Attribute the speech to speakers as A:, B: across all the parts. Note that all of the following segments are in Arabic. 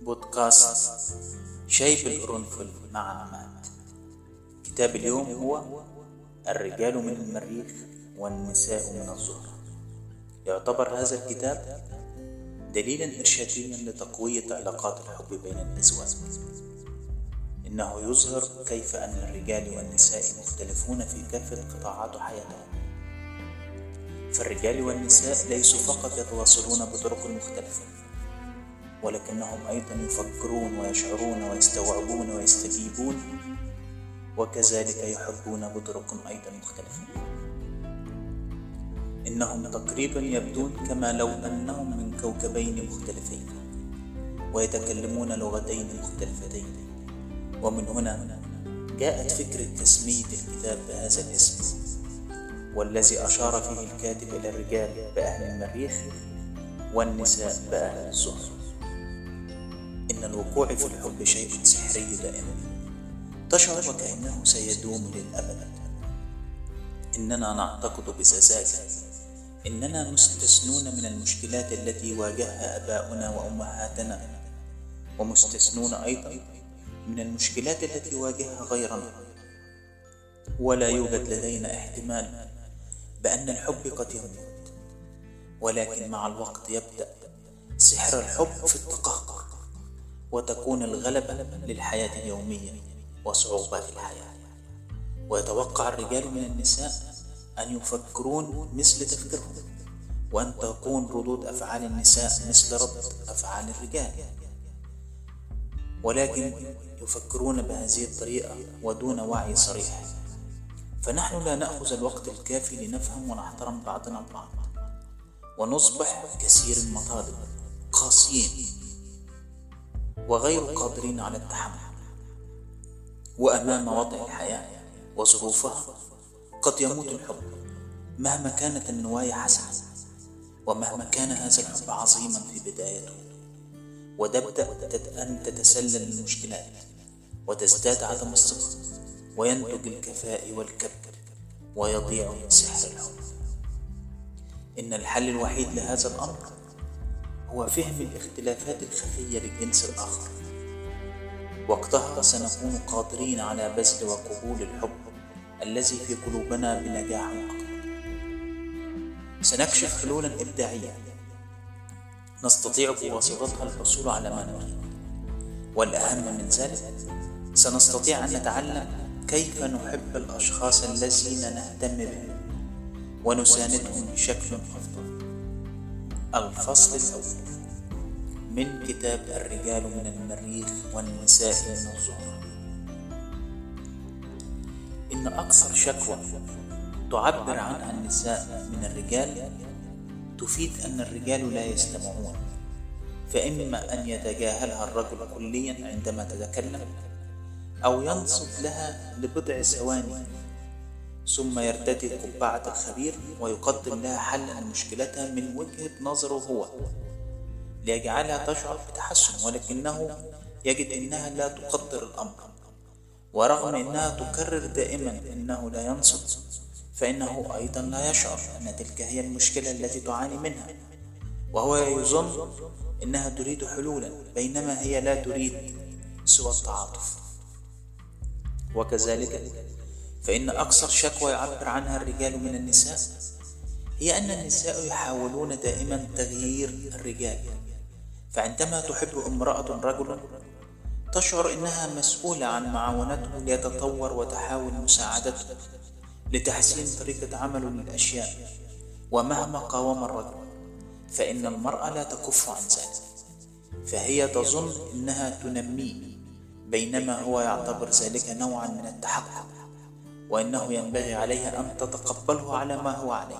A: بودكاست شاي بالقرنفل مع عماد. كتاب اليوم هو الرجال من المريخ والنساء من الزهرة. يعتبر هذا الكتاب دليلا إرشاديا لتقوية علاقات الحب بين الأزواج. إنه يظهر كيف أن الرجال والنساء مختلفون في كافة قطاعات حياتهم، فالرجال والنساء ليسوا فقط يتواصلون بطرق مختلفة، ولكنهم أيضا يفكرون ويشعرون ويستوعبون ويستجيبون، وكذلك يحبون بطرق أيضا مختلفة. إنهم تقريبا يبدون كما لو أنهم من كوكبين مختلفين ويتكلمون لغتين مختلفتين. ومن هنا جاءت فكرة تسمية الكتاب بهذا الاسم، والذي أشار فيه الكاتب إلى الرجال بأهل المريخ والنساء بأهل الزهرة. إن الوقوع في الحب شيء سحري دائما، تشعر وكأنه سيدوم للأبد. إننا نعتقد بسذاجة إننا مستثنون من المشكلات التي واجهها آباؤنا وأمهاتنا، ومستثنون أيضا من المشكلات التي واجهها غيرنا. ولا يوجد لدينا احتمال بأن الحب قد يموت، ولكن مع الوقت يبدأ سحر الحب في التقهقر، وتكون الغلبة للحياة اليومية وصعوبات الحياة. ويتوقع الرجال من النساء أن يفكرون مثل تفكيرهم، وأن تكون ردود أفعال النساء مثل رد أفعال الرجال، ولكن يفكرون بهذه الطريقة ودون وعي صريح. فنحن لا نأخذ الوقت الكافي لنفهم ونحترم بعضنا البعض، ونصبح كثير المطالب قاسيين وغير قادرين على التحمل. وأمام وضع الحياة وظروفها قد يموت الحب مهما كانت النوايا حسنة، ومهما كان هذا الحب عظيما في بدايته. وتبدأ أن تتسلل المشكلات وتزداد عدم الثقة، وينتج الكفاء والكبت، ويضيع سحر الحب. إن الحل الوحيد لهذا الأمر هو فهم الاختلافات الخفية للجنس الآخر. وقتها سنكون قادرين على بذل وقبول الحب الذي في قلوبنا بنجاح أكبر. سنكشف حلولا إبداعية نستطيع بواسطتها الحصول على ما نريد، والأهم من ذلك سنستطيع أن نتعلم كيف نحب الأشخاص الذين نهتم بهم ونساندهم بشكل أفضل. الفصل الأول من كتاب الرجال من المريخ والنساء من الزهرة. إن أكثر شكوى تعبر عنها النساء من الرجال تفيد أن الرجال لا يستمعون، فإما أن يتجاهلها الرجل كليا عندما تتكلم، أو ينصت لها لبضع ثواني ثم يرتدي قبعة الخبير ويقدم لها حل لمشكلتها من وجهة نظره هو ليجعلها تشعر بتحسن، ولكنه يجد أنها لا تقدر الأمر. ورغم أنها تكرر دائما أنه لا ينصت، فإنه أيضا لا يشعر أن تلك هي المشكلة التي تعاني منها، وهو يظن أنها تريد حلولا بينما هي لا تريد سوى التعاطف. وكذلك فإن أكثر شكوى يعبر عنها الرجال من النساء هي أن النساء يحاولون دائما تغيير الرجال. فعندما تحب امرأة رجلا تشعر أنها مسؤولة عن معاونته ليتطور وتحاول مساعدته لتحسين طريقة عمله للأشياء. ومهما قاوم الرجل فإن المرأة لا تكف عن ذلك، فهي تظن أنها تنميه، بينما هو يعتبر ذلك نوعا من التحكم، وإنه ينبغي عليها أن تتقبله على ما هو عليه.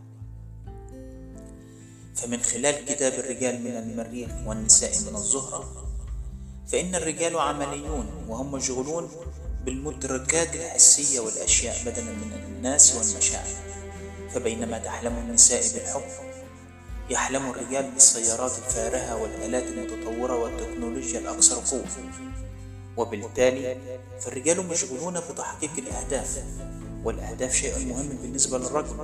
A: فمن خلال كتاب الرجال من المريخ والنساء من الزهرة، فإن الرجال عمليون وهم مشغولون بالمدركات الحسية والأشياء بدلا من الناس والمشاعر. فبينما تحلم النساء بالحب، يحلم الرجال بالسيارات الفارهة والآلات المتطورة والتكنولوجيا الأكثر قوة. وبالتالي فالرجال مشغولون بتحقيق الأهداف، والأهداف شيء مهم بالنسبة للرجل،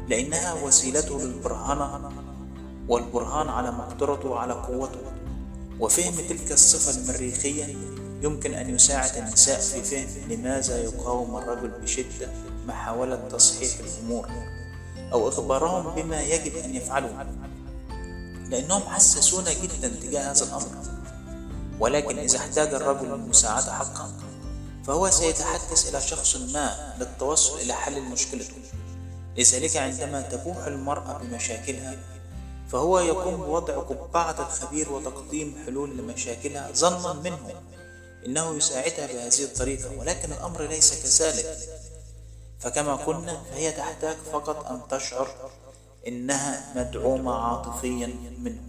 A: لأنها وسيلته للبرهان والبرهان على مقدرته وعلى قوته. وفهم تلك الصفة المريخية يمكن أن يساعد النساء في فهم لماذا يقاوم الرجل بشدة محاولة تصحيح الأمور أو إخبارهم بما يجب أن يفعلوا، لأنهم حساسون جدا تجاه هذا الأمر. ولكن إذا احتاج الرجل للمساعدة حقا فهو سيتحدث إلى شخص ما للتوصل إلى حل المشكلة. لذلك عندما تبوح المرأة بمشاكلها فهو يقوم بوضع قبعة الخبير وتقديم حلول لمشاكلها ظنا منه إنه يساعدها بهذه الطريقة، ولكن الأمر ليس كذلك. فكما قلنا فهي تحتاج فقط أن تشعر إنها مدعومة عاطفيا منه.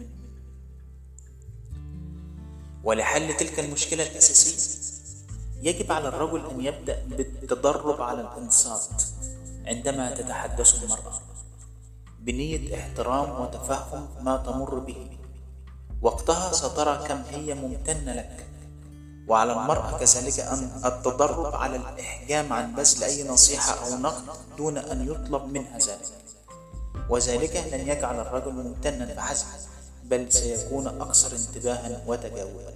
A: ولحل تلك المشكلة الأساسية يجب على الرجل أن يبدأ بالتدرب على الإنصات عندما تتحدث المرأة بنية احترام وتفهم ما تمر به. وقتها سترى كم هي ممتنة لك. وعلى المرأة كذلك أن التدرب على الإحجام عن بذل أي نصيحة أو نقد دون أن يطلب منها ذلك، وذلك لن يجعل الرجل ممتنا فحسب، بل سيكون أكثر انتباها وتجاوبا.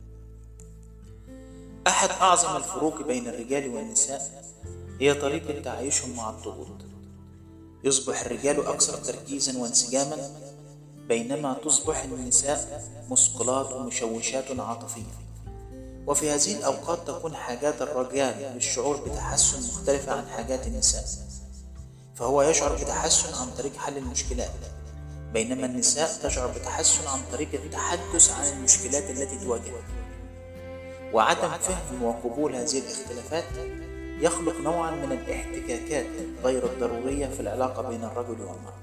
A: أحد أعظم الفروق بين الرجال والنساء هي طريقة تعايشهم مع الضغوط. يصبح الرجال أكثر تركيزا وانسجاما، بينما تصبح النساء مثقلات ومشوشات عاطفية. وفي هذه الأوقات تكون حاجات الرجال للشعور بتحسن مختلفة عن حاجات النساء، فهو يشعر بتحسن عن طريق حل المشكلات، بينما النساء تشعر بتحسن عن طريق التحدث عن المشكلات التي تواجهها. وعدم فهم وقبول هذه الاختلافات يخلق نوعا من الاحتكاكات غير الضرورية في العلاقة بين الرجل والمرأة.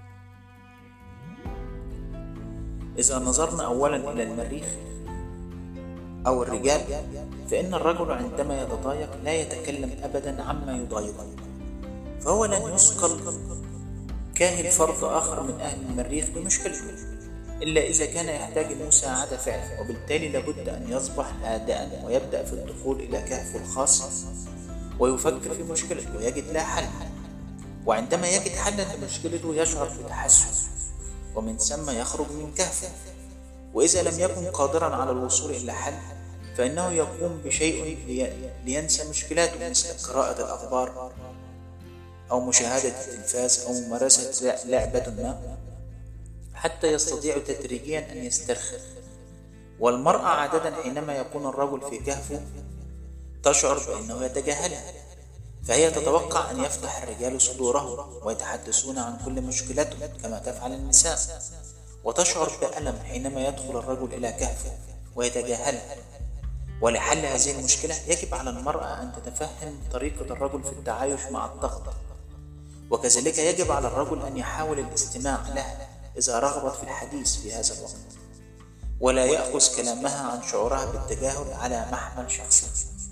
A: إذا نظرنا أولا إلى المريخ أو الرجال، فإن الرجل عندما يتضايق لا يتكلم أبدا عما يضايقه، فهو لن يثقل كاهل فرد آخر من أهل المريخ بمشكلته إلا إذا كان يحتاج المساعدة فعلا، وبالتالي لابد أن يصبح هادئا ويبدأ في الدخول إلى كهفه الخاص ويفكر في مشكلته ويجد لها حل. وعندما يجد حلا لمشكلته يشعر بتحسن، ومن ثم يخرج من كهفه. وإذا لم يكن قادرا على الوصول إلى حل فإنه يقوم بشيء لينسى مشكلاته، مثل قراءة الأخبار أو مشاهدة التلفاز أو ممارسة لعبة ما، حتى يستطيع تدريجيا أن يسترخي. والمرأة عادة حينما يكون الرجل في كهفه تشعر بأنه يتجاهلها، فهي تتوقع أن يفتح الرجال صدورهم ويتحدثون عن كل مشكلاتهم كما تفعل النساء، وتشعر بألم حينما يدخل الرجل إلى كهفه ويتجاهلها. ولحل هذه المشكلة يجب على المرأة أن تتفهم طريقة الرجل في التعايش مع الضغط، وكذلك يجب على الرجل أن يحاول الاستماع لها إذا رغبت في الحديث في هذا الوقت، ولا يأخذ كلامها عن شعورها بالتجاهل على محمل شخصي.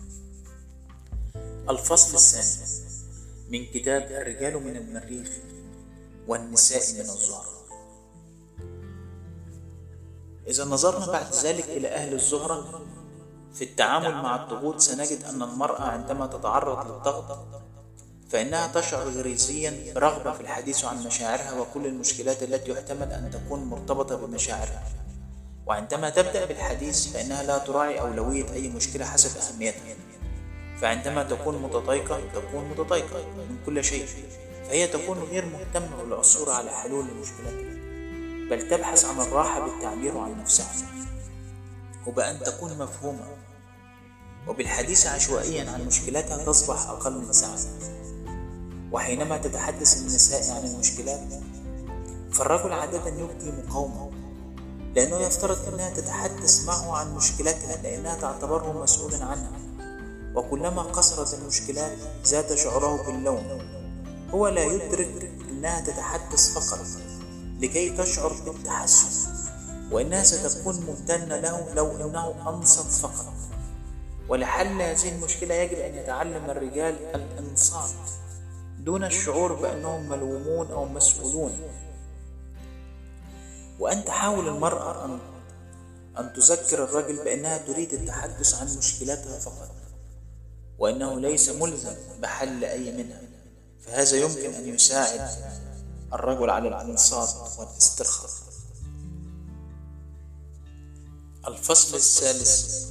A: الفصل الثاني من كتاب الرجال من المريخ والنساء من الزهرة. إذا نظرنا بعد ذلك إلى أهل الزهرة في التعامل مع الضغوط سنجد أن المرأة عندما تتعرض للضغط فإنها تشعر غريزيا برغبة في الحديث عن مشاعرها وكل المشكلات التي يحتمل أن تكون مرتبطة بمشاعرها. وعندما تبدأ بالحديث فإنها لا تراعي أولوية أي مشكلة حسب أهميتها، فعندما تكون متضايقة تكون متضايقة من كل شيء، فهي تكون غير مهتمة بالعثور على حلول لمشكلاتها، بل تبحث عن الراحة بالتعبير عن نفسها وبأن تكون مفهومة. وبالحديث عشوائيا عن مشكلاتها تصبح أقل من سعادة. وحينما تتحدث النساء عن المشكلات فالرجل عادة يبدي مقاومة، لأنه يفترض أنها تتحدث معه عن مشكلاتها لأنها تعتبره مسؤولا عنها. وكلما قصرت المشكلات زاد شعوره باللوم. هو لا يدرك أنها تتحدث فقط لكي تشعر بالتحسن، وإنها ستكون ممتنة له لو أنه أنصت فقط. ولحل هذه المشكلة يجب أن يتعلم الرجال الإنصات دون الشعور بأنهم ملومون أو مسؤولون. وأن تحاول المرأة أن تذكر الرجل بأنها تريد التحدث عن مشكلاتها فقط، وأنه ليس ملزم بحل أي منها، فهذا يمكن أن يساعد الرجل على الإنصات والاسترخاء. الفصل الثالث.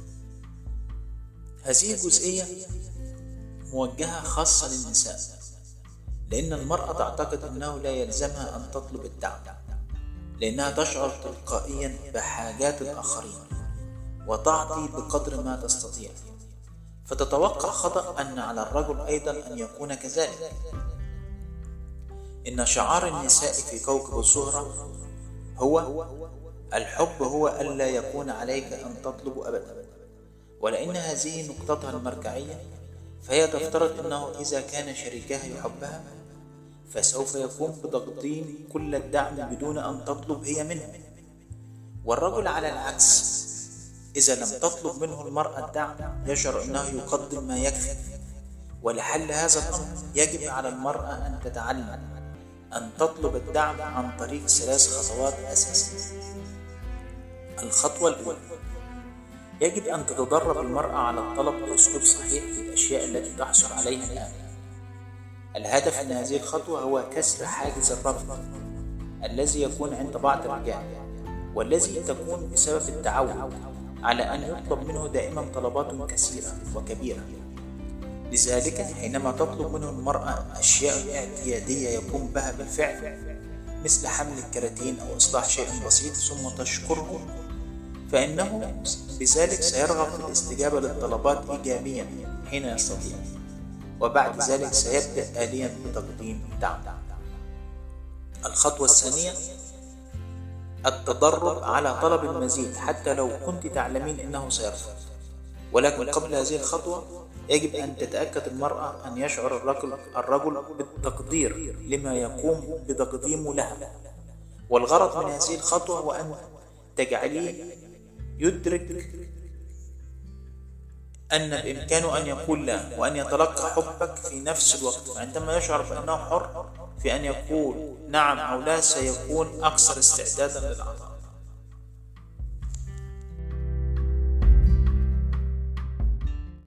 A: هذه الجزئية موجهة خاصة للنساء، لأن المرأة تعتقد أنه لا يلزمها أن تطلب الدعم، لأنها تشعر تلقائيا بحاجات الآخرين وتعطي بقدر ما تستطيع، فتتوقع خطأ أن على الرجل أيضا أن يكون كذلك. إن شعار النساء في كوكب الزهرة هو الحب هو ألا يكون عليك أن تطلب أبدا، ولأن هذه نقطتها المرجعية، فهي تفترض أنه إذا كان شريكها يحبها فسوف يقوم بتقديم كل الدعم بدون أن تطلب هي منه. والرجل على العكس، إذا لم تطلب منه المرأة الدعم يشعر أنه يقدم ما يكفي. ولحل هذا الأمر يجب على المرأة أن تتعلم أن تطلب الدعم عن طريق 3 خطوات أساسية. الخطوة الأولى، يجب أن تتدرب المرأة على الطلب بأسلوب صحيح في الأشياء التي تحصل عليها الآن. الهدف من هذه الخطوة هو كسر حاجز الرفض الذي يكون عند بعض الرجال، والذي تكون بسبب التعود على أن يطلب منه دائما طلبات كثيرة وكبيرة. لذلك حينما تطلب منه المرأة أشياء اعتيادية يقوم بها بالفعل، مثل حمل الكراتين أو إصلاح شيء بسيط، ثم تشكره، فإنه بذلك سيرغب في الاستجابة للطلبات إيجابيا حين يستطيع، وبعد ذلك سيبدأ آليا بتقديم الدعم. الخطوة الثانية، التدرب على طلب المزيد حتى لو كنت تعلمين أنه سيرفض. ولكن قبل هذه الخطوة يجب أن تتأكد المرأة أن يشعر الرجل بالتقدير لما يقوم بتقديمه لها. والغرض من هذه الخطوة هو أن تجعليه يدرك أن بإمكانه أن يقول لا، وأن يتلقى حبك في نفس الوقت. عندما يشعر بأنه حر في أن يقول نعم أو لا، سيكون أكثر استعدادا للعطاء.